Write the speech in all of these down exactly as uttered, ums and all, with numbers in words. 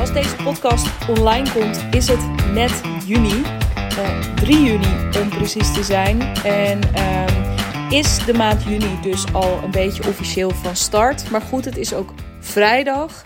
Als deze podcast online komt, is het net juni. Uh, drie juni om precies te zijn. En um, is de maand juni dus al een beetje officieel van start. Maar goed, het is ook vrijdag.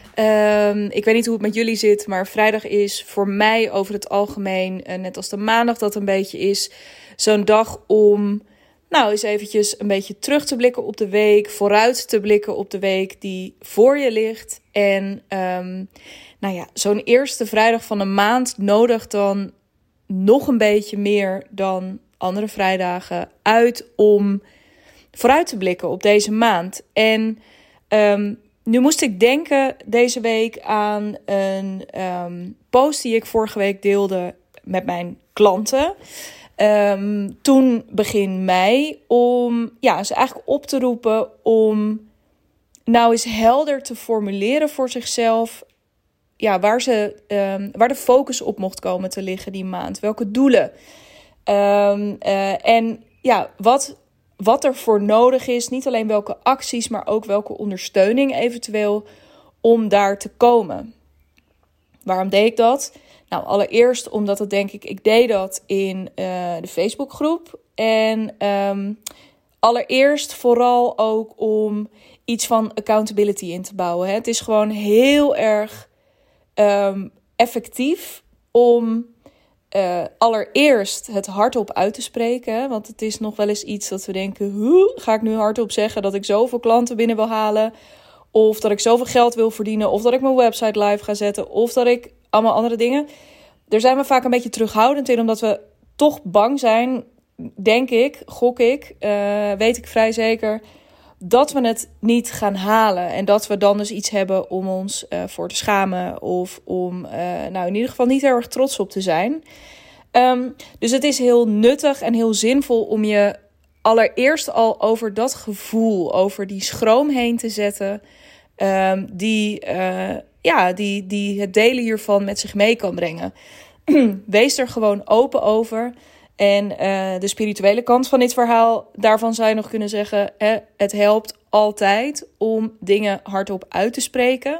Um, ik weet niet hoe het met jullie zit, maar vrijdag is voor mij over het algemeen, uh, net als de maandag dat een beetje is, zo'n dag om nou eens eventjes een beetje terug te blikken op de week, vooruit te blikken op de week die voor je ligt. En um, nou ja, zo'n eerste vrijdag van een maand nodigt dan nog een beetje meer dan andere vrijdagen uit om vooruit te blikken op deze maand. En um, nu moest ik denken deze week aan een um, post die ik vorige week deelde met mijn klanten. Um, toen begin mei om ja, ze eigenlijk op te roepen om nou eens helder te formuleren voor zichzelf ja, waar, ze, um, waar de focus op mocht komen te liggen die maand. Welke doelen. Um, uh, en ja, wat, wat er voor nodig is. Niet alleen welke acties, maar ook welke ondersteuning eventueel om daar te komen. Waarom deed ik dat? Nou, allereerst omdat het denk ik, ik deed dat in uh, de Facebookgroep. En um, allereerst vooral ook om iets van accountability in te bouwen. Hè. Het is gewoon heel erg um, effectief om uh, allereerst het hardop uit te spreken. Hè. Want het is nog wel eens iets dat we denken, hoe ga ik nu hardop zeggen dat ik zoveel klanten binnen wil halen? Of dat ik zoveel geld wil verdienen? Of dat ik mijn website live ga zetten? Of dat ik allemaal andere dingen. Daar zijn we vaak een beetje terughoudend in, omdat we toch bang zijn, denk ik, gok ik, uh, weet ik vrij zeker, dat we het niet gaan halen. En dat we dan dus iets hebben om ons uh, voor te schamen of om uh, nou in ieder geval niet heel erg trots op te zijn. Um, dus het is heel nuttig en heel zinvol om je allereerst al over dat gevoel, over die schroom heen te zetten, um, die... Uh, Ja, die, die het delen hiervan met zich mee kan brengen. Wees er gewoon open over. En uh, de spirituele kant van dit verhaal, daarvan zou je nog kunnen zeggen, hè, het helpt altijd om dingen hardop uit te spreken.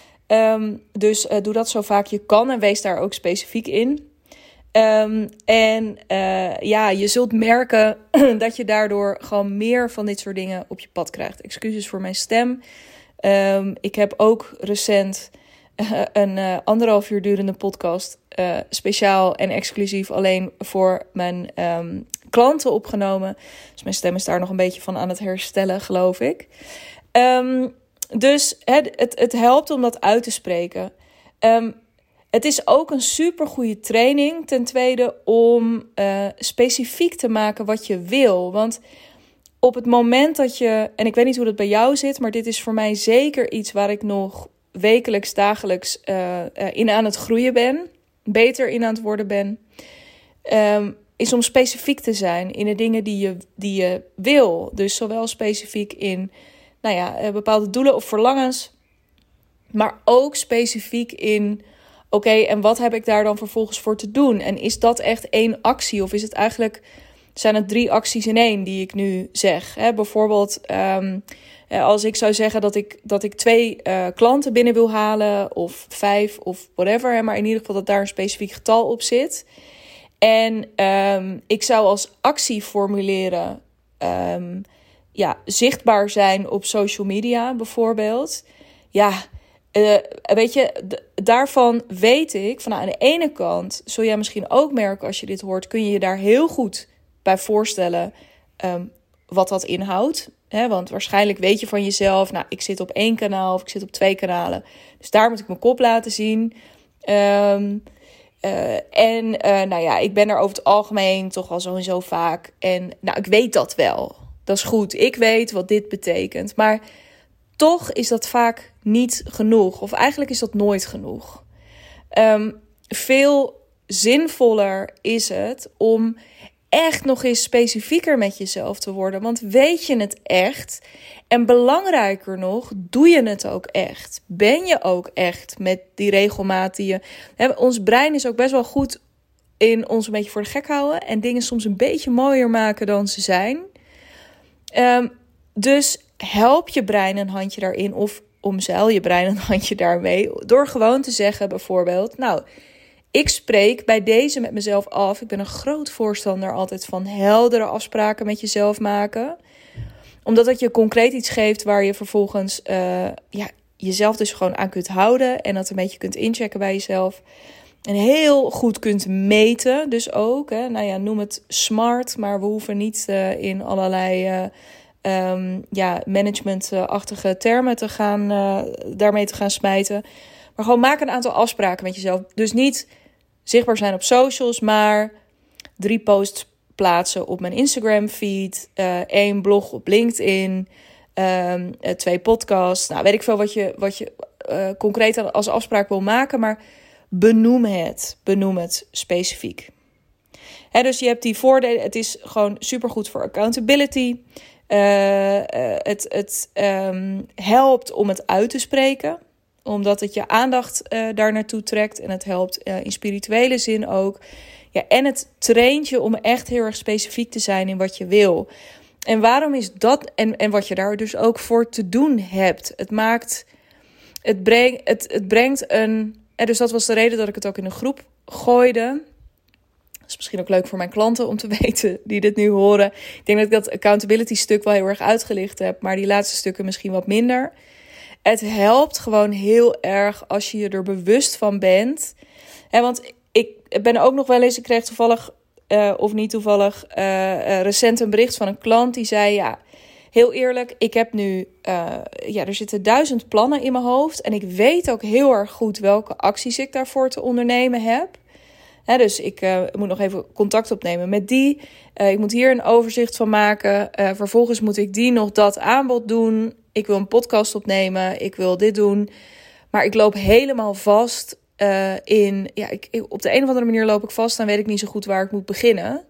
Um, dus uh, doe dat zo vaak je kan en wees daar ook specifiek in. Um, en uh, ja, je zult merken dat je daardoor gewoon meer van dit soort dingen op je pad krijgt. Excuses voor mijn stem. Um, ik heb ook recent uh, een uh, anderhalf uur durende podcast uh, speciaal en exclusief alleen voor mijn um, klanten opgenomen. Dus mijn stem is daar nog een beetje van aan het herstellen, geloof ik. Um, dus het, het, het helpt om dat uit te spreken. Um, het is ook een supergoeie training, ten tweede, om uh, specifiek te maken wat je wil. Want op het moment dat je, en ik weet niet hoe dat bij jou zit, maar dit is voor mij zeker iets waar ik nog wekelijks, dagelijks uh, uh, in aan het groeien ben, beter in aan het worden ben, um, is om specifiek te zijn in de dingen die je, die je wil. Dus zowel specifiek in nou ja, uh, bepaalde doelen of verlangens, maar ook specifiek in, oké, okay, en wat heb ik daar dan vervolgens voor te doen? En is dat echt één actie of is het eigenlijk, zijn het drie acties in één die ik nu zeg? Hè, bijvoorbeeld, um, als ik zou zeggen dat ik, dat ik twee uh, klanten binnen wil halen, of vijf, of whatever, hè, maar in ieder geval dat daar een specifiek getal op zit. En um, ik zou als actie formuleren, um, ja, zichtbaar zijn op social media bijvoorbeeld. Ja, uh, weet je, d- daarvan weet ik, van nou, aan de ene kant, zul jij misschien ook merken als je dit hoort, kun je je daar heel goed bij voorstellen um, wat dat inhoudt. He, want waarschijnlijk weet je van jezelf, nou, ik zit op één kanaal of ik zit op twee kanalen. Dus daar moet ik mijn kop laten zien. Um, uh, en uh, nou ja, ik ben er over het algemeen toch wel zo en zo vaak. En nou, ik weet dat wel. Dat is goed. Ik weet wat dit betekent. Maar toch is dat vaak niet genoeg. Of eigenlijk is dat nooit genoeg. Um, veel zinvoller is het om echt nog eens specifieker met jezelf te worden. Want weet je het echt? En belangrijker nog, doe je het ook echt? Ben je ook echt met die regelmaat die je... Hè, ons brein is ook best wel goed in ons een beetje voor de gek houden. En dingen soms een beetje mooier maken dan ze zijn. Um, dus help je brein een handje daarin. Of omzeil je brein een handje daarmee. Door gewoon te zeggen bijvoorbeeld, nou, ik spreek bij deze met mezelf af. Ik ben een groot voorstander altijd van heldere afspraken met jezelf maken. Omdat dat je concreet iets geeft waar je vervolgens uh, ja, jezelf dus gewoon aan kunt houden. En dat een beetje kunt inchecken bij jezelf. En heel goed kunt meten dus ook. Hè. Nou ja, noem het smart, maar we hoeven niet uh, in allerlei uh, um, ja, managementachtige termen te gaan, uh, daarmee te gaan smijten. Maar gewoon maak een aantal afspraken met jezelf. Dus niet zichtbaar zijn op socials, maar drie posts plaatsen op mijn Instagram feed, uh, één blog op LinkedIn, um, uh, twee podcasts. Nou, weet ik veel wat je, wat je uh, concreet als afspraak wil maken, maar benoem het. Benoem het specifiek. Hè, dus je hebt die voordelen. Het is gewoon supergoed voor accountability. Uh, uh, het het um, helpt om het uit te spreken, omdat het je aandacht uh, daar naartoe trekt. En het helpt uh, in spirituele zin ook. Ja, en het traint je om echt heel erg specifiek te zijn in wat je wil. En waarom is dat? En, en wat je daar dus ook voor te doen hebt. Het maakt... Het, breng, het, het brengt een... En dus dat was de reden dat ik het ook in een groep gooide. Dat is misschien ook leuk voor mijn klanten om te weten die dit nu horen. Ik denk dat ik dat accountability stuk wel heel erg uitgelicht heb. Maar die laatste stukken misschien wat minder. Het helpt gewoon heel erg als je je er bewust van bent. He, want ik ben ook nog wel eens, ik kreeg toevallig, uh, of niet toevallig, uh, uh, recent een bericht van een klant die zei, ja, heel eerlijk, ik heb nu, uh, ja, er zitten duizend plannen in mijn hoofd. En ik weet ook heel erg goed welke acties ik daarvoor te ondernemen heb. He, dus ik uh, moet nog even contact opnemen met die. Uh, ik moet hier een overzicht van maken. Uh, vervolgens moet ik die nog dat aanbod doen. Ik wil een podcast opnemen. Ik wil dit doen. Maar ik loop helemaal vast uh, in... Ja, ik, ik, op de een of andere manier loop ik vast. Dan weet ik niet zo goed waar ik moet beginnen.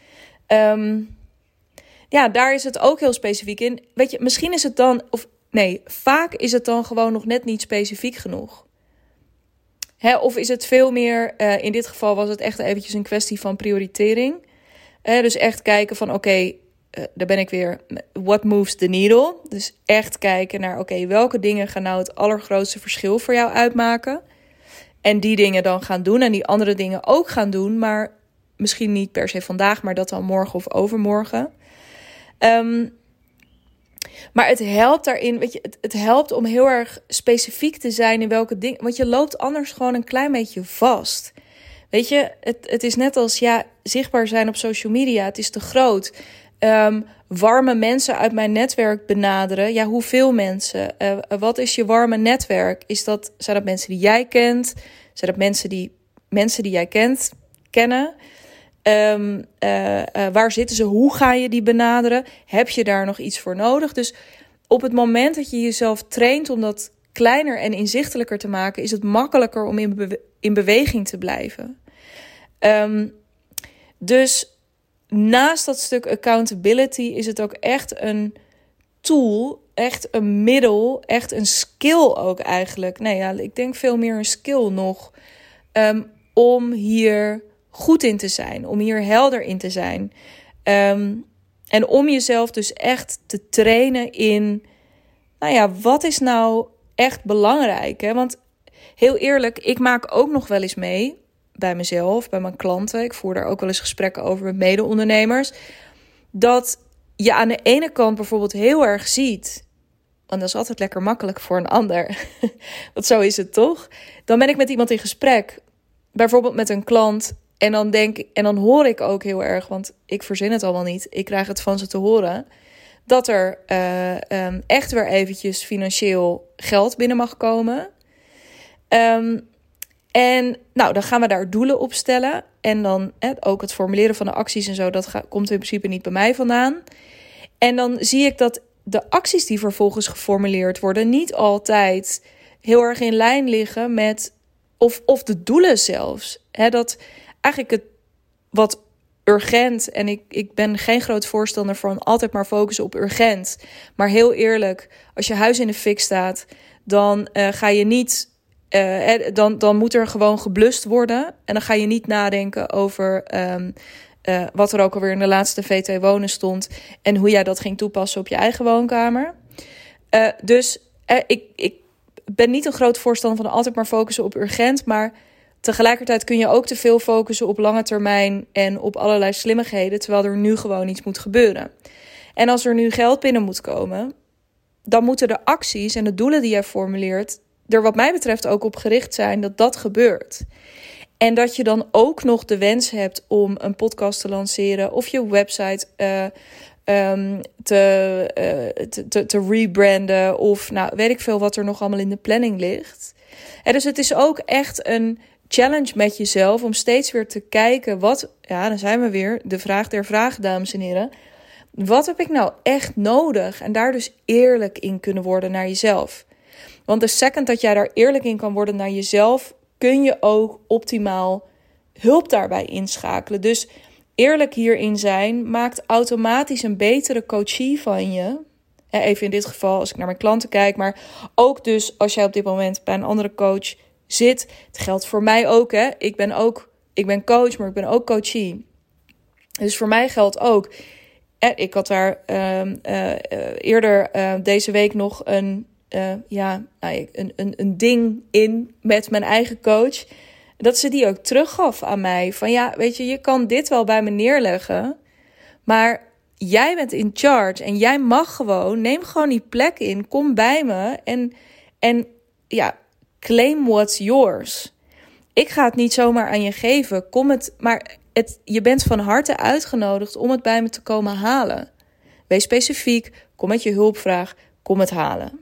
Um, ja, daar is het ook heel specifiek in. Weet je, misschien is het dan... of nee, vaak is het dan gewoon nog net niet specifiek genoeg. Hè, of is het veel meer... Uh, in dit geval was het echt eventjes een kwestie van prioritering. Uh, dus echt kijken van... Oké, okay, uh, daar ben ik weer. What moves the needle? Dus echt kijken naar... Oké, okay, welke dingen gaan nou het allergrootste verschil voor jou uitmaken? En die dingen dan gaan doen. En die andere dingen ook gaan doen. Maar misschien niet per se vandaag. Maar dat dan morgen of overmorgen. Um, maar het helpt daarin, weet je, het, het helpt om heel erg specifiek te zijn in welke dingen. Want je loopt anders gewoon een klein beetje vast. Weet je, het, het is net als, ja, zichtbaar zijn op social media. Het is te groot. Um, warme mensen uit mijn netwerk benaderen. Ja, hoeveel mensen? Uh, wat is je warme netwerk? Is dat, zijn dat mensen die jij kent? Zijn dat mensen die mensen die jij kent, kennen? Um, uh, uh, waar zitten ze? Hoe ga je die benaderen? Heb je daar nog iets voor nodig? Dus op het moment dat je jezelf traint om dat kleiner en inzichtelijker te maken, is het makkelijker om in, be- in beweging te blijven. Um, dus naast dat stuk accountability is het ook echt een tool, echt een middel, echt een skill ook eigenlijk. Nee, ja, ik denk veel meer een skill nog um, om hier goed in te zijn, om hier helder in te zijn. Um, en om jezelf dus echt te trainen in, nou ja, wat is nou echt belangrijk? Hè? Want heel eerlijk, ik maak ook nog wel eens mee bij mezelf, bij mijn klanten. Ik voer daar ook wel eens gesprekken over met mede-ondernemers. Dat je aan de ene kant bijvoorbeeld heel erg ziet, want dat is altijd lekker makkelijk voor een ander. Want zo is het toch? Dan ben ik met iemand in gesprek, bijvoorbeeld met een klant. En dan denk ik, en dan hoor ik ook heel erg, want ik verzin het allemaal niet. Ik krijg het van ze te horen. Dat er uh, um, echt weer eventjes financieel geld binnen mag komen. Um, en nou, dan gaan we daar doelen op stellen. En dan eh, ook het formuleren van de acties en zo, dat ga, komt in principe niet bij mij vandaan. En dan zie ik dat de acties die vervolgens geformuleerd worden niet altijd heel erg in lijn liggen met, of, of de doelen zelfs. Hè, dat eigenlijk het wat urgent, en ik, ik ben geen groot voorstander van altijd maar focussen op urgent. Maar heel eerlijk, als je huis in de fik staat, dan uh, ga je niet, uh, dan, dan moet er gewoon geblust worden. En dan ga je niet nadenken over um, uh, wat er ook alweer in de laatste V T Wonen stond en hoe jij dat ging toepassen op je eigen woonkamer. Uh, dus uh, ik, ik ben niet een groot voorstander van altijd maar focussen op urgent, maar tegelijkertijd kun je ook te veel focussen op lange termijn en op allerlei slimmigheden, terwijl er nu gewoon iets moet gebeuren. En als er nu geld binnen moet komen, dan moeten de acties en de doelen die jij formuleert er wat mij betreft ook op gericht zijn dat dat gebeurt. En dat je dan ook nog de wens hebt om een podcast te lanceren of je website uh, um, te, uh, te, te, te rebranden of nou weet ik veel wat er nog allemaal in de planning ligt. En dus het is ook echt een challenge met jezelf om steeds weer te kijken wat, ja dan zijn we weer, de vraag der vragen, dames en heren. Wat heb ik nou echt nodig? En daar dus eerlijk in kunnen worden naar jezelf. Want de second dat jij daar eerlijk in kan worden naar jezelf, kun je ook optimaal hulp daarbij inschakelen. Dus eerlijk hierin zijn maakt automatisch een betere coachie van je. Even in dit geval als ik naar mijn klanten kijk, maar ook dus als jij op dit moment bij een andere coach zit. Het geldt voor mij ook, hè. Ik ben ook, ik ben coach, maar ik ben ook coachie. Dus voor mij geldt ook. Ik had daar uh, uh, eerder uh, deze week nog een, uh, ja, nou, een, een, een ding in met mijn eigen coach. Dat ze die ook teruggaf aan mij. Van ja, weet je, je kan dit wel bij me neerleggen. Maar jij bent in charge en jij mag gewoon, neem gewoon die plek in. Kom bij me en, en ja, claim what's yours. Ik ga het niet zomaar aan je geven. Kom het, maar het, je bent van harte uitgenodigd om het bij me te komen halen. Wees specifiek, kom met je hulpvraag, kom het halen.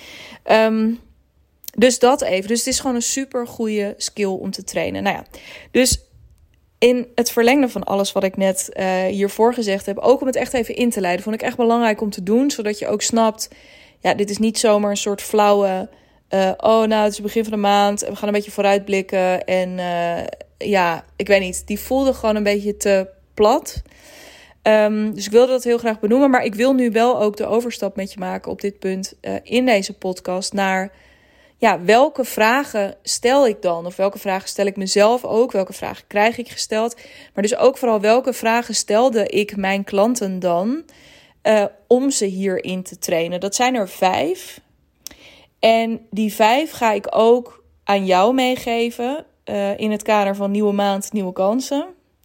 Um, dus dat even. Dus het is gewoon een super goede skill om te trainen. Nou ja, dus in het verlengde van alles wat ik net uh, hiervoor gezegd heb, ook om het echt even in te leiden, vond ik echt belangrijk om te doen, zodat je ook snapt, ja, dit is niet zomaar een soort flauwe, uh, oh nou, het is het begin van de maand en we gaan een beetje vooruitblikken en uh, ja, ik weet niet, die voelde gewoon een beetje te plat. Um, dus ik wilde dat heel graag benoemen, maar ik wil nu wel ook de overstap met je maken op dit punt uh, in deze podcast naar, ja, welke vragen stel ik dan? Of welke vragen stel ik mezelf ook? Welke vragen krijg ik gesteld? Maar dus ook vooral welke vragen stelde ik mijn klanten dan uh, om ze hierin te trainen? Dat zijn er vijf. En die vijf ga ik ook aan jou meegeven uh, in het kader van nieuwe maand, nieuwe kansen.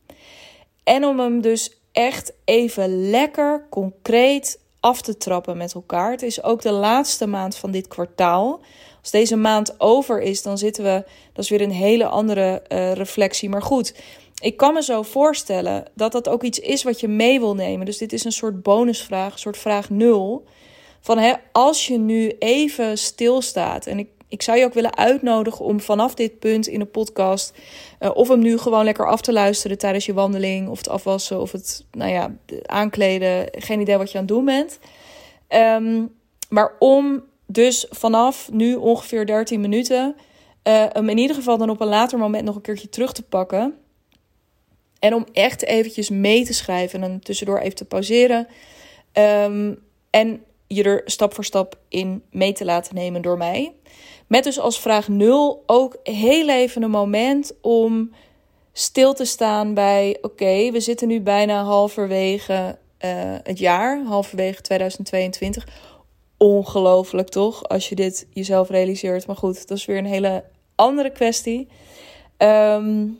En om hem dus echt even lekker concreet af te trappen met elkaar. Het is ook de laatste maand van dit kwartaal. Als deze maand over is, dan zitten we, dat is weer een hele andere uh, reflectie. Maar goed, ik kan me zo voorstellen dat dat ook iets is wat je mee wil nemen. Dus dit is een soort bonusvraag, een soort vraag nul. Van hè, als je nu even stilstaat, en ik, ik zou je ook willen uitnodigen om vanaf dit punt in de podcast, uh, of hem nu gewoon lekker af te luisteren tijdens je wandeling, of het afwassen, of het nou ja, aankleden, geen idee wat je aan het doen bent. Um, maar om dus vanaf nu ongeveer dertien minuten uh, hem in ieder geval dan op een later moment nog een keertje terug te pakken. En om echt eventjes mee te schrijven en dan tussendoor even te pauzeren. Um, en je er stap voor stap in mee te laten nemen door mij. Met dus als vraag nul ook heel even een moment om stil te staan bij, oké, okay, we zitten nu bijna halverwege uh, het jaar, halverwege tweeduizend tweeëntwintig. Ongelooflijk toch, als je dit jezelf realiseert. Maar goed, dat is weer een hele andere kwestie. Um,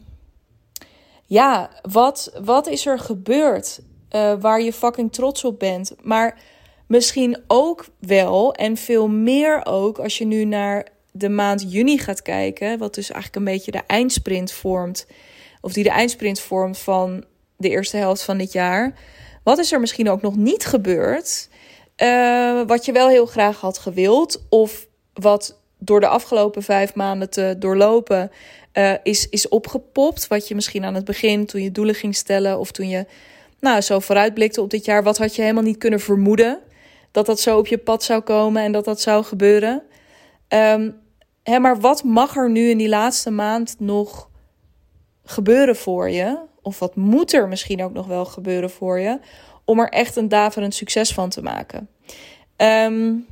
ja, wat, wat is er gebeurd uh, waar je fucking trots op bent? Maar misschien ook wel, en veel meer ook, als je nu naar de maand juni gaat kijken, wat dus eigenlijk een beetje de eindsprint vormt, of die de eindsprint vormt van de eerste helft van dit jaar. Wat is er misschien ook nog niet gebeurd, Uh, wat je wel heel graag had gewild, of wat door de afgelopen vijf maanden te doorlopen uh, is, is opgepopt. Wat je misschien aan het begin, toen je doelen ging stellen, of toen je nou, zo vooruitblikte op dit jaar, wat had je helemaal niet kunnen vermoeden dat dat zo op je pad zou komen en dat dat zou gebeuren. Um, hè, maar wat mag er nu in die laatste maand nog gebeuren voor je? Of wat moet er misschien ook nog wel gebeuren voor je, om er echt een daverend succes van te maken? Um,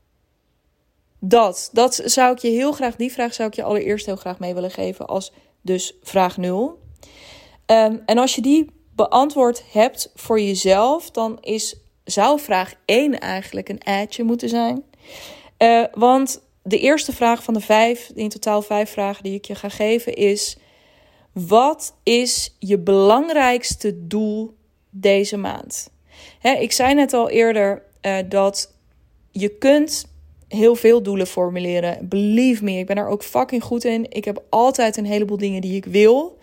dat, dat zou ik je heel graag, die vraag zou ik je allereerst heel graag mee willen geven als dus vraag nul. Um, en als je die beantwoord hebt voor jezelf, dan is, zou vraag één eigenlijk een adje moeten zijn. Uh, want de eerste vraag van de vijf, in totaal vijf vragen die ik je ga geven, is: wat is je belangrijkste doel deze maand? Hè, ik zei net al eerder uh, dat je kunt heel veel doelen formuleren. Believe me, ik ben daar ook fucking goed in. Ik heb altijd een heleboel dingen die ik wil.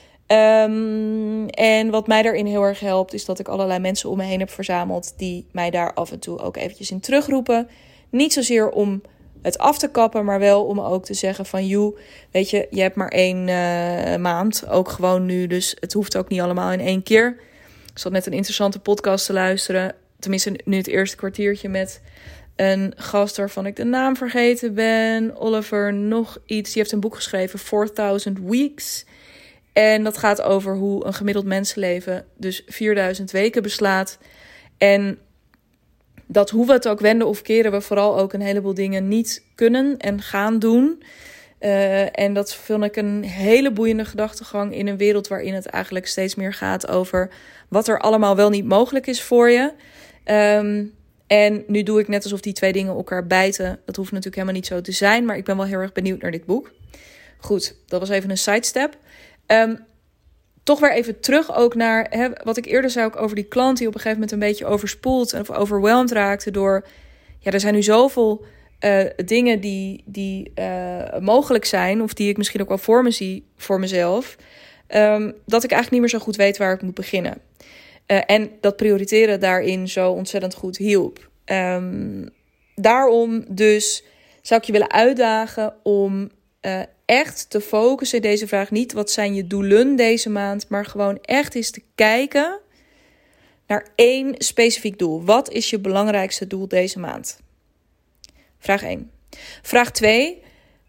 Um, en wat mij daarin heel erg helpt, is dat ik allerlei mensen om me heen heb verzameld die mij daar af en toe ook eventjes in terugroepen. Niet zozeer om het af te kappen, maar wel om ook te zeggen van, joh, weet je, je hebt maar één uh, maand, ook gewoon nu, dus het hoeft ook niet allemaal in één keer. Ik zat net een interessante podcast te luisteren, tenminste nu het eerste kwartiertje met een gast waarvan ik de naam vergeten ben, Oliver nog iets, die heeft een boek geschreven, fourduizend Weeks. En dat gaat over hoe een gemiddeld mensenleven dus vierduizend weken beslaat. En dat hoe we het ook wenden of keren, we vooral ook een heleboel dingen niet kunnen en gaan doen. Uh, en dat vind ik een hele boeiende gedachtegang in een wereld waarin het eigenlijk steeds meer gaat over wat er allemaal wel niet mogelijk is voor je. Um, en nu doe ik net alsof die twee dingen elkaar bijten. Dat hoeft natuurlijk helemaal niet zo te zijn, maar ik ben wel heel erg benieuwd naar dit boek. Goed, dat was even een sidestep. Um, toch weer even terug ook naar hè, wat ik eerder zei ook over die klant die op een gegeven moment een beetje overspoeld of overweldigd raakte door, ja, er zijn nu zoveel uh, dingen die, die uh, mogelijk zijn of die ik misschien ook wel voor me zie voor mezelf, um, dat ik eigenlijk niet meer zo goed weet waar ik moet beginnen. Uh, en dat prioriteren daarin zo ontzettend goed hielp. Um, daarom dus zou ik je willen uitdagen om uh, echt te focussen in deze vraag. Niet wat zijn je doelen deze maand, maar gewoon echt eens te kijken naar één specifiek doel. Wat is je belangrijkste doel deze maand? Vraag één. Vraag twee,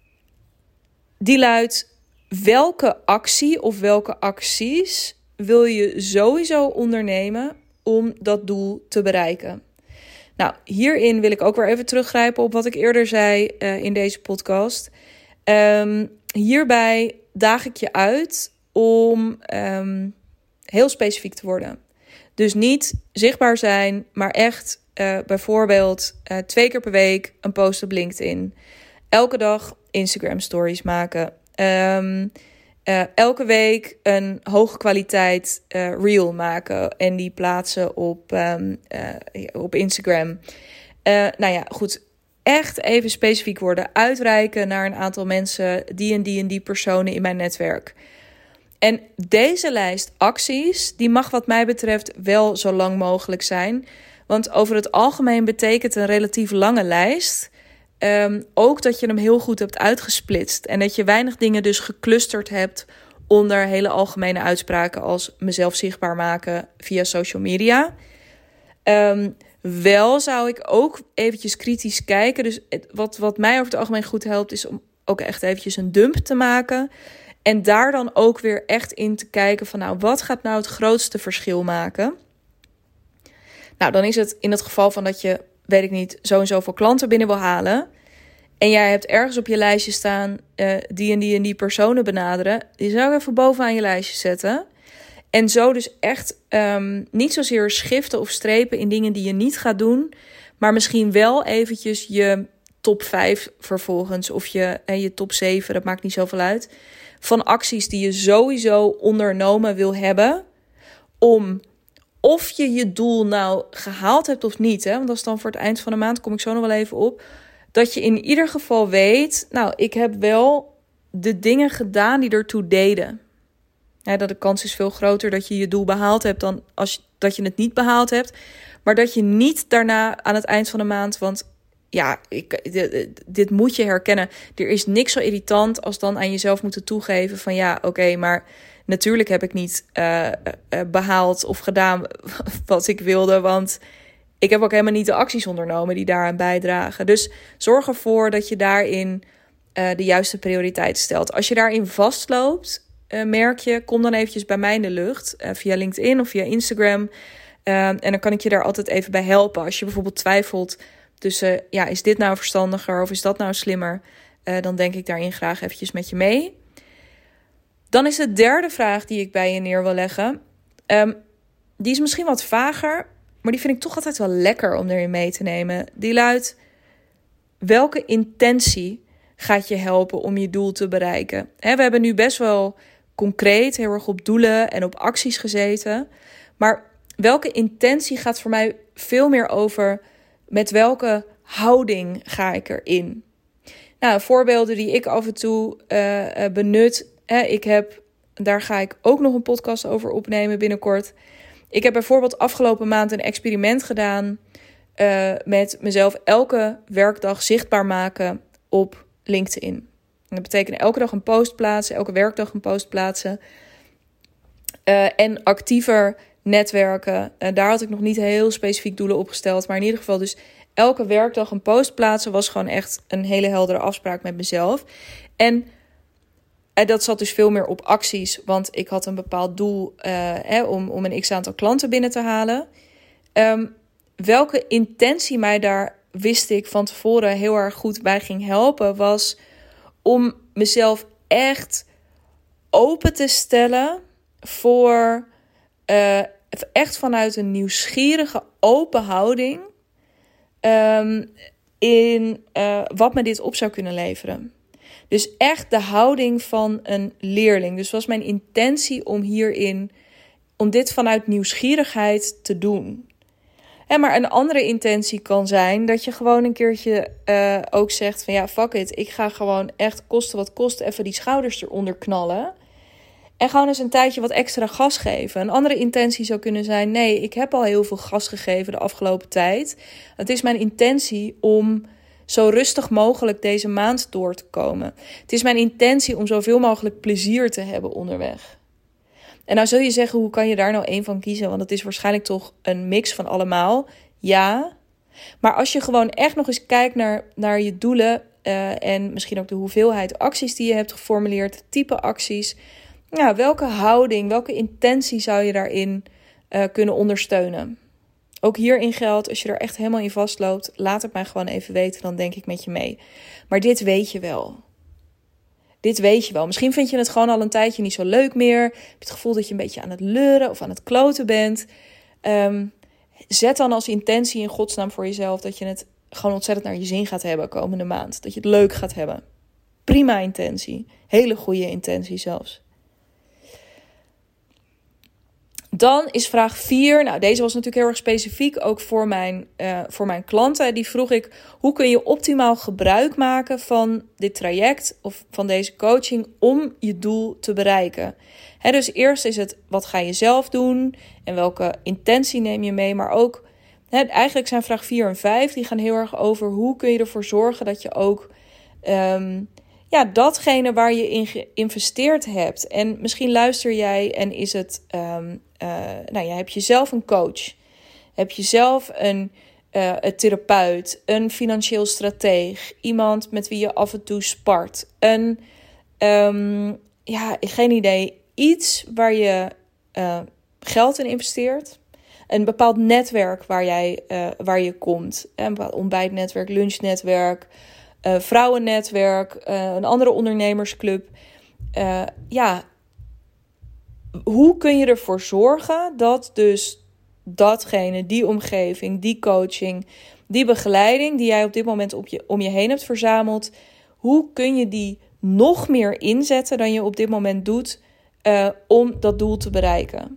die luidt: welke actie of welke acties wil je sowieso ondernemen om dat doel te bereiken? Nou, hierin wil ik ook weer even teruggrijpen op wat ik eerder zei uh, in deze podcast. Um, hierbij daag ik je uit om um, heel specifiek te worden. Dus niet zichtbaar zijn, maar echt uh, bijvoorbeeld uh, twee keer per week een post op LinkedIn. Elke dag Instagram stories maken. Um, uh, elke week een hoge kwaliteit uh, reel maken en die plaatsen op, um, uh, op Instagram. Uh, nou ja, goed. Echt even specifiek worden. Uitreiken naar een aantal mensen, die en die en die personen in mijn netwerk. En deze lijst acties, die mag wat mij betreft wel zo lang mogelijk zijn. Want over het algemeen betekent een relatief lange lijst um, ook dat je hem heel goed hebt uitgesplitst. En dat je weinig dingen dus geclusterd hebt onder hele algemene uitspraken als mezelf zichtbaar maken via social media. Um, Wel zou ik ook eventjes kritisch kijken. Dus wat, wat mij over het algemeen goed helpt, is om ook echt eventjes een dump te maken. En daar dan ook weer echt in te kijken van, nou, wat gaat nou het grootste verschil maken? Nou, dan is het in het geval van dat je, weet ik niet, zo en zoveel klanten binnen wil halen. En jij hebt ergens op je lijstje staan uh, die en die en die personen benaderen. Die zou ik even bovenaan je lijstje zetten. En zo dus echt um, niet zozeer schiften of strepen in dingen die je niet gaat doen. Maar misschien wel eventjes je top vijf vervolgens. Of je, eh, je top zeven, dat maakt niet zoveel uit. Van acties die je sowieso ondernomen wil hebben. Om of je je doel nou gehaald hebt of niet. Hè, want dat is dan voor het eind van de maand, kom ik zo nog wel even op. Dat je in ieder geval weet, nou, ik heb wel de dingen gedaan die ertoe deden. Ja, dat de kans is veel groter dat je je doel behaald hebt dan als je, dat je het niet behaald hebt. Maar dat je niet daarna aan het eind van de maand, want ja, ik, dit, dit moet je herkennen. Er is niks zo irritant als dan aan jezelf moeten toegeven van ja, oké, okay, maar natuurlijk heb ik niet uh, uh, behaald of gedaan wat ik wilde, want ik heb ook helemaal niet de acties ondernomen die daaraan bijdragen. Dus zorg ervoor dat je daarin uh, de juiste prioriteit stelt. Als je daarin vastloopt, Uh, merk je, kom dan eventjes bij mij in de lucht. Uh, via LinkedIn of via Instagram. Uh, en dan kan ik je daar altijd even bij helpen. Als je bijvoorbeeld twijfelt tussen, uh, ja, is dit nou verstandiger of is dat nou slimmer? Uh, dan denk ik daarin graag eventjes met je mee. Dan is de derde vraag die ik bij je neer wil leggen. Um, die is misschien wat vager, maar die vind ik toch altijd wel lekker om erin mee te nemen. Die luidt: welke intentie gaat je helpen om je doel te bereiken? He, we hebben nu best wel concreet heel erg op doelen en op acties gezeten. Maar welke intentie gaat voor mij veel meer over met welke houding ga ik erin? Nou, voorbeelden die ik af en toe uh, benut. Hè, ik heb, daar ga ik ook nog een podcast over opnemen binnenkort. Ik heb bijvoorbeeld afgelopen maand een experiment gedaan uh, met mezelf elke werkdag zichtbaar maken op LinkedIn. En dat betekent elke dag een post plaatsen, elke werkdag een post plaatsen. Uh, en actiever netwerken. Uh, daar had ik nog niet heel specifiek doelen opgesteld. Maar in ieder geval dus elke werkdag een post plaatsen was gewoon echt een hele heldere afspraak met mezelf. En uh, dat zat dus veel meer op acties. Want ik had een bepaald doel uh, hè, om, om een x-aantal klanten binnen te halen. Um, welke intentie mij daar, wist ik van tevoren, heel erg goed bij ging helpen, was om mezelf echt open te stellen voor uh, echt vanuit een nieuwsgierige, open houding um, in uh, wat me dit op zou kunnen leveren. Dus echt de houding van een leerling. Dus was mijn intentie om hierin, om dit vanuit nieuwsgierigheid te doen. En maar een andere intentie kan zijn dat je gewoon een keertje uh, ook zegt van ja, fuck it. Ik ga gewoon echt kosten wat kost even die schouders eronder knallen. En gewoon eens een tijdje wat extra gas geven. Een andere intentie zou kunnen zijn, nee, ik heb al heel veel gas gegeven de afgelopen tijd. Het is mijn intentie om zo rustig mogelijk deze maand door te komen. Het is mijn intentie om zoveel mogelijk plezier te hebben onderweg. En nou zul je zeggen, hoe kan je daar nou één van kiezen? Want het is waarschijnlijk toch een mix van allemaal. Ja, maar als je gewoon echt nog eens kijkt naar, naar je doelen uh, en misschien ook de hoeveelheid acties die je hebt geformuleerd, type acties. Ja, welke houding, welke intentie zou je daarin uh, kunnen ondersteunen? Ook hierin geldt, als je er echt helemaal in vastloopt, laat het mij gewoon even weten, dan denk ik met je mee. Maar dit weet je wel. Dit weet je wel. Misschien vind je het gewoon al een tijdje niet zo leuk meer. Heb je het gevoel dat je een beetje aan het leuren of aan het kloten bent. Um, zet dan als intentie in godsnaam voor jezelf dat je het gewoon ontzettend naar je zin gaat hebben komende maand. Dat je het leuk gaat hebben. Prima intentie. Hele goede intentie zelfs. Dan is vraag vier. Nou, deze was natuurlijk heel erg specifiek ook voor mijn, uh, voor mijn klanten. Die vroeg ik, hoe kun je optimaal gebruik maken van dit traject of van deze coaching om je doel te bereiken? He, dus eerst is het, wat ga je zelf doen en welke intentie neem je mee? Maar ook, he, eigenlijk zijn vraag vier en vijf, die gaan heel erg over hoe kun je ervoor zorgen dat je ook Um, Ja, datgene waar je in geïnvesteerd hebt. En misschien luister jij en is het, um, uh, nou ja, heb je zelf een coach? Heb je zelf een, uh, een therapeut, een financieel strateeg, iemand met wie je af en toe spart? Een, um, ja, geen idee, iets waar je uh, geld in investeert. Een bepaald netwerk waar, jij, uh, waar je komt. Een bepaald ontbijtnetwerk, lunchnetwerk, Uh, vrouwennetwerk, uh, een andere ondernemersclub. Uh, ja, hoe kun je ervoor zorgen dat dus datgene, die omgeving, die coaching, die begeleiding die jij op dit moment op je, om je heen hebt verzameld, hoe kun je die nog meer inzetten dan je op dit moment doet uh, om dat doel te bereiken?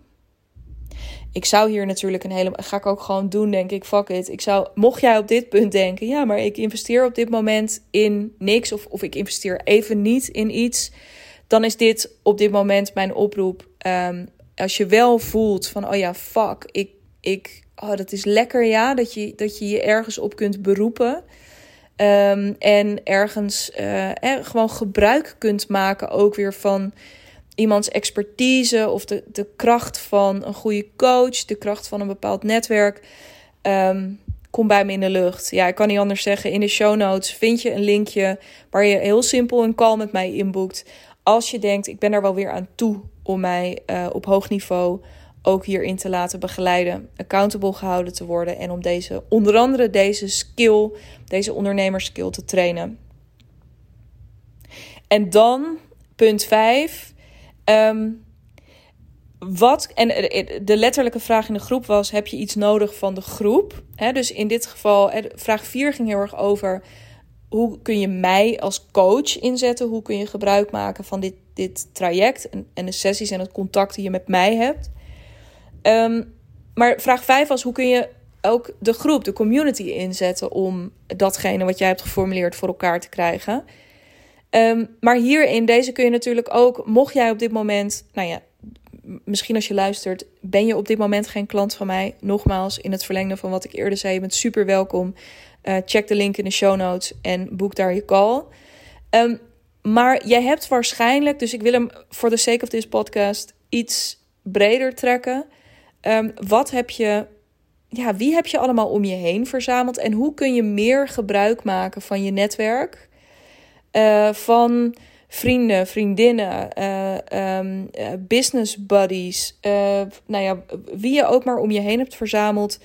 Ik zou hier natuurlijk een hele... Ga ik ook gewoon doen, denk ik. Fuck it. Ik zou, mocht jij op dit punt denken, ja, maar ik investeer op dit moment in niks. Of, of ik investeer even niet in iets. Dan is dit op dit moment mijn oproep. Um, als je wel voelt van, oh ja, fuck. Ik, ik, oh, dat is lekker, ja. Dat je, dat je je ergens op kunt beroepen. Um, en ergens uh, eh, gewoon gebruik kunt maken ook weer van iemands expertise of de, de kracht van een goede coach, de kracht van een bepaald netwerk. Um, kom bij me in de lucht. Ja, ik kan niet anders zeggen. In de show notes vind je een linkje waar je heel simpel een call met mij inboekt. Als je denkt, ik ben er wel weer aan toe om mij uh, op hoog niveau ook hierin te laten begeleiden, accountable gehouden te worden en om deze, onder andere deze skill, deze ondernemerskill te trainen. En dan, punt vijf. Um, wat, en de letterlijke vraag in de groep was, heb je iets nodig van de groep? He, dus in dit geval, vraag vier ging heel erg over, hoe kun je mij als coach inzetten? Hoe kun je gebruik maken van dit, dit traject en, en de sessies en het contact die je met mij hebt? Um, maar vraag vijf was, hoe kun je ook de groep, de community inzetten om datgene wat jij hebt geformuleerd voor elkaar te krijgen? Um, maar hier in deze kun je natuurlijk ook, mocht jij op dit moment, nou ja, misschien als je luistert, ben je op dit moment geen klant van mij. Nogmaals, in het verlengde van wat ik eerder zei, je bent super welkom. Uh, check de link in de show notes en boek daar je call. Um, maar jij hebt waarschijnlijk, dus ik wil hem for the sake of this podcast iets breder trekken. Um, wat heb je, ja, wie heb je allemaal om je heen verzameld? En hoe kun je meer gebruik maken van je netwerk? Uh, van vrienden, vriendinnen, uh, um, uh, business buddies. Uh, nou ja, wie je ook maar om je heen hebt verzameld.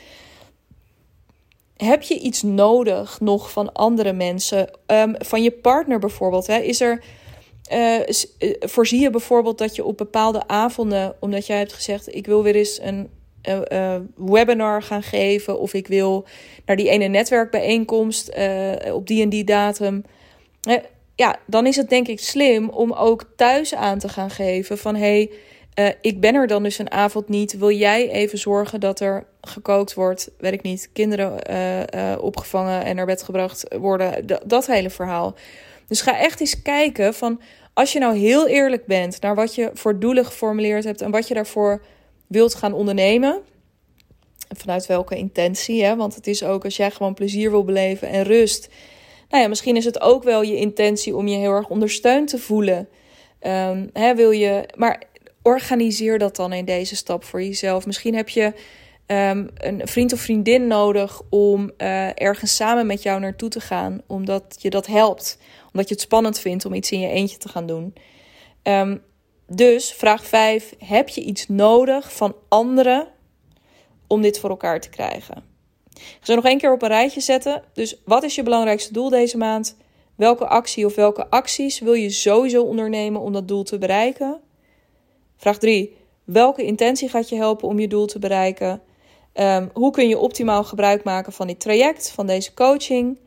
Heb je iets nodig nog van andere mensen? Um, van je partner bijvoorbeeld. Hè? Is er, uh, voorzie je bijvoorbeeld dat je op bepaalde avonden, omdat jij hebt gezegd, ik wil weer eens een uh, uh, webinar gaan geven, of ik wil naar die ene netwerkbijeenkomst uh, op die en die datum. Uh, ja, dan is het denk ik slim om ook thuis aan te gaan geven van, hey, Uh, ik ben er dan dus een avond niet. Wil jij even zorgen dat er gekookt wordt, weet ik niet, kinderen uh, uh, opgevangen en naar bed gebracht worden. D- dat hele verhaal. Dus ga echt eens kijken van, als je nou heel eerlijk bent naar wat je voor doelen geformuleerd hebt en wat je daarvoor wilt gaan ondernemen. En vanuit welke intentie, hè? Want het is ook als jij gewoon plezier wil beleven en rust. Nou ja, misschien is het ook wel je intentie om je heel erg ondersteund te voelen. Um, hè, wil je, maar organiseer dat dan in deze stap voor jezelf. Misschien heb je um, een vriend of vriendin nodig om uh, ergens samen met jou naartoe te gaan. Omdat je dat helpt. Omdat je het spannend vindt om iets in je eentje te gaan doen. Um, dus vraag vijf. Heb je iets nodig van anderen om dit voor elkaar te krijgen? Ik zal nog één keer op een rijtje zetten. Dus wat is je belangrijkste doel deze maand? Welke actie of welke acties wil je sowieso ondernemen om dat doel te bereiken? Vraag drie. Welke intentie gaat je helpen om je doel te bereiken? Um, hoe kun je optimaal gebruik maken van dit traject, van deze coaching?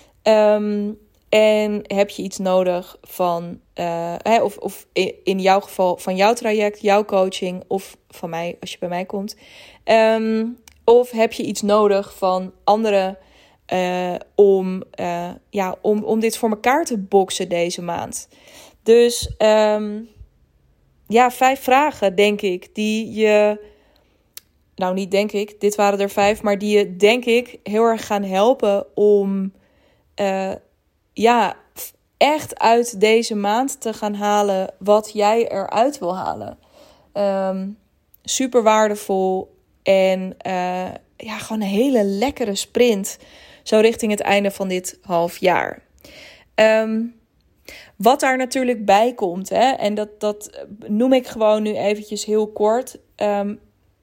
Um, en heb je iets nodig van, uh, hè, of, of in jouw geval van jouw traject, jouw coaching, of van mij als je bij mij komt? Um, of heb je iets nodig van anderen uh, om, uh, ja, om, om dit voor elkaar te boksen deze maand? Dus Um, Ja, vijf vragen, denk ik, die je, nou niet denk ik, dit waren er vijf, maar die je, denk ik, heel erg gaan helpen om, uh, ja, echt uit deze maand te gaan halen wat jij eruit wil halen. Um, super waardevol en uh, ja, gewoon een hele lekkere sprint, zo richting het einde van dit half jaar. Um, Wat daar natuurlijk bij komt, hè, en dat, dat noem ik gewoon nu eventjes heel kort. Um,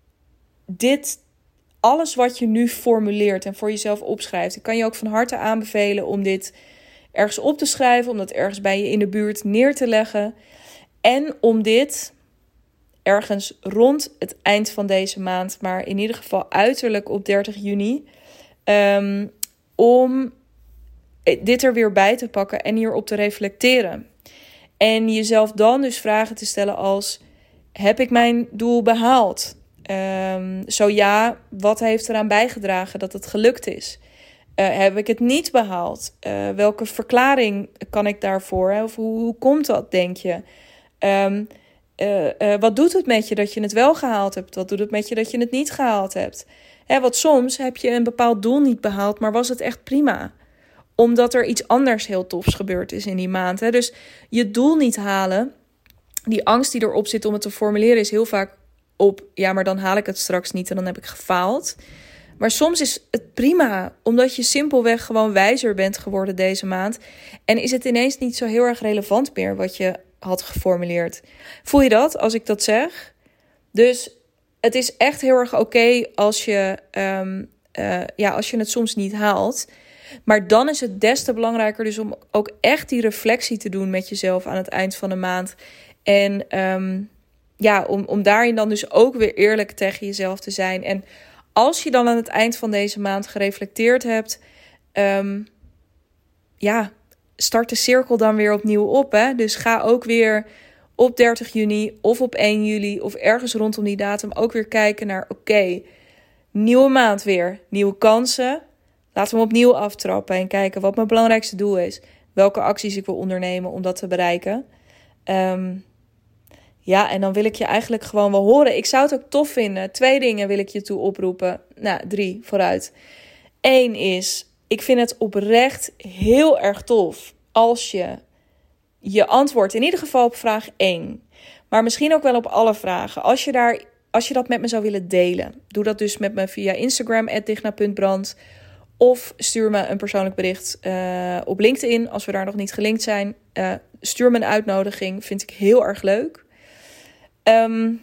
dit, alles wat je nu formuleert en voor jezelf opschrijft, ik kan je ook van harte aanbevelen om dit ergens op te schrijven, om dat ergens bij je in de buurt neer te leggen. En om dit ergens rond het eind van deze maand, maar in ieder geval uiterlijk op dertig juni, um, om dit er weer bij te pakken en hierop te reflecteren. En jezelf dan dus vragen te stellen als, heb ik mijn doel behaald? Um, zo ja, wat heeft eraan bijgedragen dat het gelukt is? Uh, heb ik het niet behaald? Uh, welke verklaring kan ik daarvoor? Hè? Of hoe, hoe komt dat, denk je? Um, uh, uh, wat doet het met je dat je het wel gehaald hebt? Wat doet het met je dat je het niet gehaald hebt? Hè, want soms heb je een bepaald doel niet behaald, maar was het echt prima. Omdat er iets anders heel tofs gebeurd is in die maand. Hè? Dus je doel niet halen, die angst die erop zit om het te formuleren, is heel vaak op, ja, maar dan haal ik het straks niet en dan heb ik gefaald. Maar soms is het prima, omdat je simpelweg gewoon wijzer bent geworden deze maand. En is het ineens niet zo heel erg relevant meer wat je had geformuleerd. Voel je dat als ik dat zeg? Dus het is echt heel erg oké okay als je, um, uh, ja, als je het soms niet haalt. Maar dan is het des te belangrijker dus om ook echt die reflectie te doen met jezelf aan het eind van de maand. En um, ja, om, om daarin dan dus ook weer eerlijk tegen jezelf te zijn. En als je dan aan het eind van deze maand gereflecteerd hebt, um, ja, start de cirkel dan weer opnieuw op. Hè? Dus ga ook weer op dertig juni of op één juli of ergens rondom die datum ook weer kijken naar, oké, okay, nieuwe maand weer, nieuwe kansen. Laten we hem opnieuw aftrappen en kijken wat mijn belangrijkste doel is. Welke acties ik wil ondernemen om dat te bereiken. Um, ja, en dan wil ik je eigenlijk gewoon wel horen. Ik zou het ook tof vinden. Twee dingen wil ik je toe oproepen. Nou, drie, vooruit. Eén is, ik vind het oprecht heel erg tof als je je antwoordt in ieder geval op vraag één. Maar misschien ook wel op alle vragen. Als je, daar, als je dat met me zou willen delen. Doe dat dus met me via Instagram, at digna punt brand. Of stuur me een persoonlijk bericht uh, op LinkedIn. Als we daar nog niet gelinkt zijn. Uh, stuur me een uitnodiging. Vind ik heel erg leuk. Um,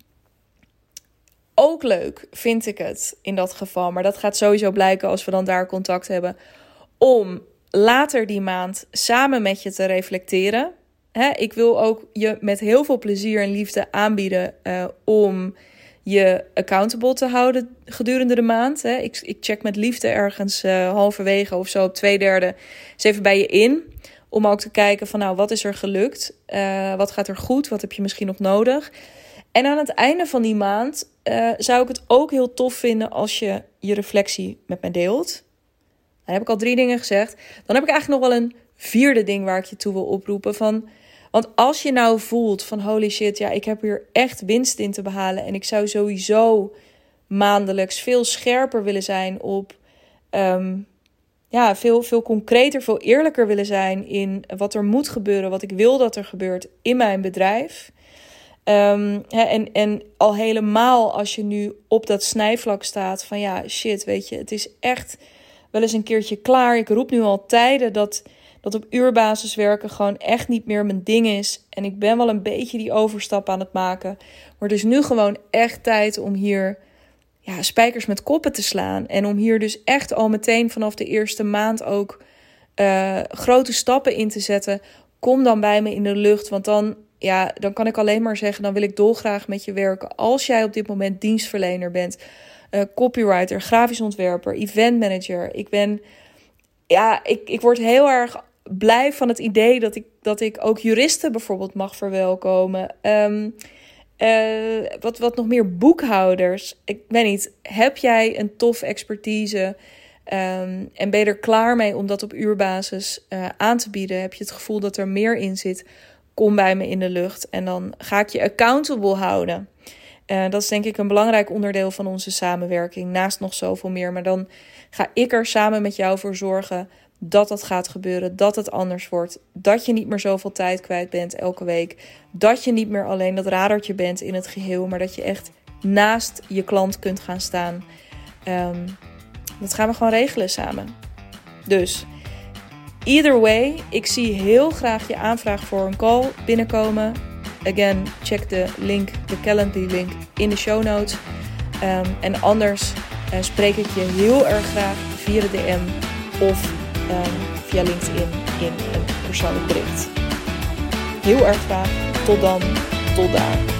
ook leuk vind ik het in dat geval. Maar dat gaat sowieso blijken als we dan daar contact hebben. Om later die maand samen met je te reflecteren. Hè, ik wil ook je met heel veel plezier en liefde aanbieden uh, om je accountable te houden gedurende de maand. Hè. Ik, ik check met liefde ergens uh, halverwege of zo op twee derde eens even bij je in. Om ook te kijken van nou, wat is er gelukt? Uh, wat gaat er goed? Wat heb je misschien nog nodig? En aan het einde van die maand uh, zou ik het ook heel tof vinden als je je reflectie met me deelt. Dan heb ik al drie dingen gezegd. Dan heb ik eigenlijk nog wel een vierde ding waar ik je toe wil oproepen. Van, want als je nou voelt van holy shit, ja, ik heb hier echt winst in te behalen. En ik zou sowieso maandelijks veel scherper willen zijn op... Um, ja, veel, veel concreter, veel eerlijker willen zijn in wat er moet gebeuren. Wat ik wil dat er gebeurt in mijn bedrijf. Um, hè, en, en al helemaal als je nu op dat snijvlak staat van ja, shit, weet je, het is echt wel eens een keertje klaar. Ik roep nu al tijden dat, dat op uurbasis werken gewoon echt niet meer mijn ding is. En ik ben wel een beetje die overstap aan het maken. Maar het is nu gewoon echt tijd om hier ja, spijkers met koppen te slaan. En om hier dus echt al meteen vanaf de eerste maand ook uh, grote stappen in te zetten. Kom dan bij me in de lucht, want dan... Ja, dan kan ik alleen maar zeggen, dan wil ik dolgraag met je werken. Als jij op dit moment dienstverlener bent, uh, copywriter, grafisch ontwerper, event manager. Ik ben, ja, ik, ik word heel erg blij van het idee dat ik, dat ik ook juristen bijvoorbeeld mag verwelkomen. Um, uh, wat, wat nog meer boekhouders. Ik weet niet, heb jij een tof expertise um, en ben je er klaar mee om dat op uurbasis uh, aan te bieden? Heb je het gevoel dat er meer in zit? Kom bij me in de lucht en dan ga ik je accountable houden. Uh, dat is denk ik een belangrijk onderdeel van onze samenwerking. Naast nog zoveel meer. Maar dan ga ik er samen met jou voor zorgen dat dat gaat gebeuren. Dat het anders wordt. Dat je niet meer zoveel tijd kwijt bent elke week. Dat je niet meer alleen dat radertje bent in het geheel. Maar dat je echt naast je klant kunt gaan staan. Um, dat gaan we gewoon regelen samen. Dus... Either way, ik zie heel graag je aanvraag voor een call binnenkomen. Again, check de link, de Calendly link in de show notes. Um, en anders uh, spreek ik je heel erg graag via de D M of um, via LinkedIn in een persoonlijk bericht. Heel erg graag. Tot dan, tot daar.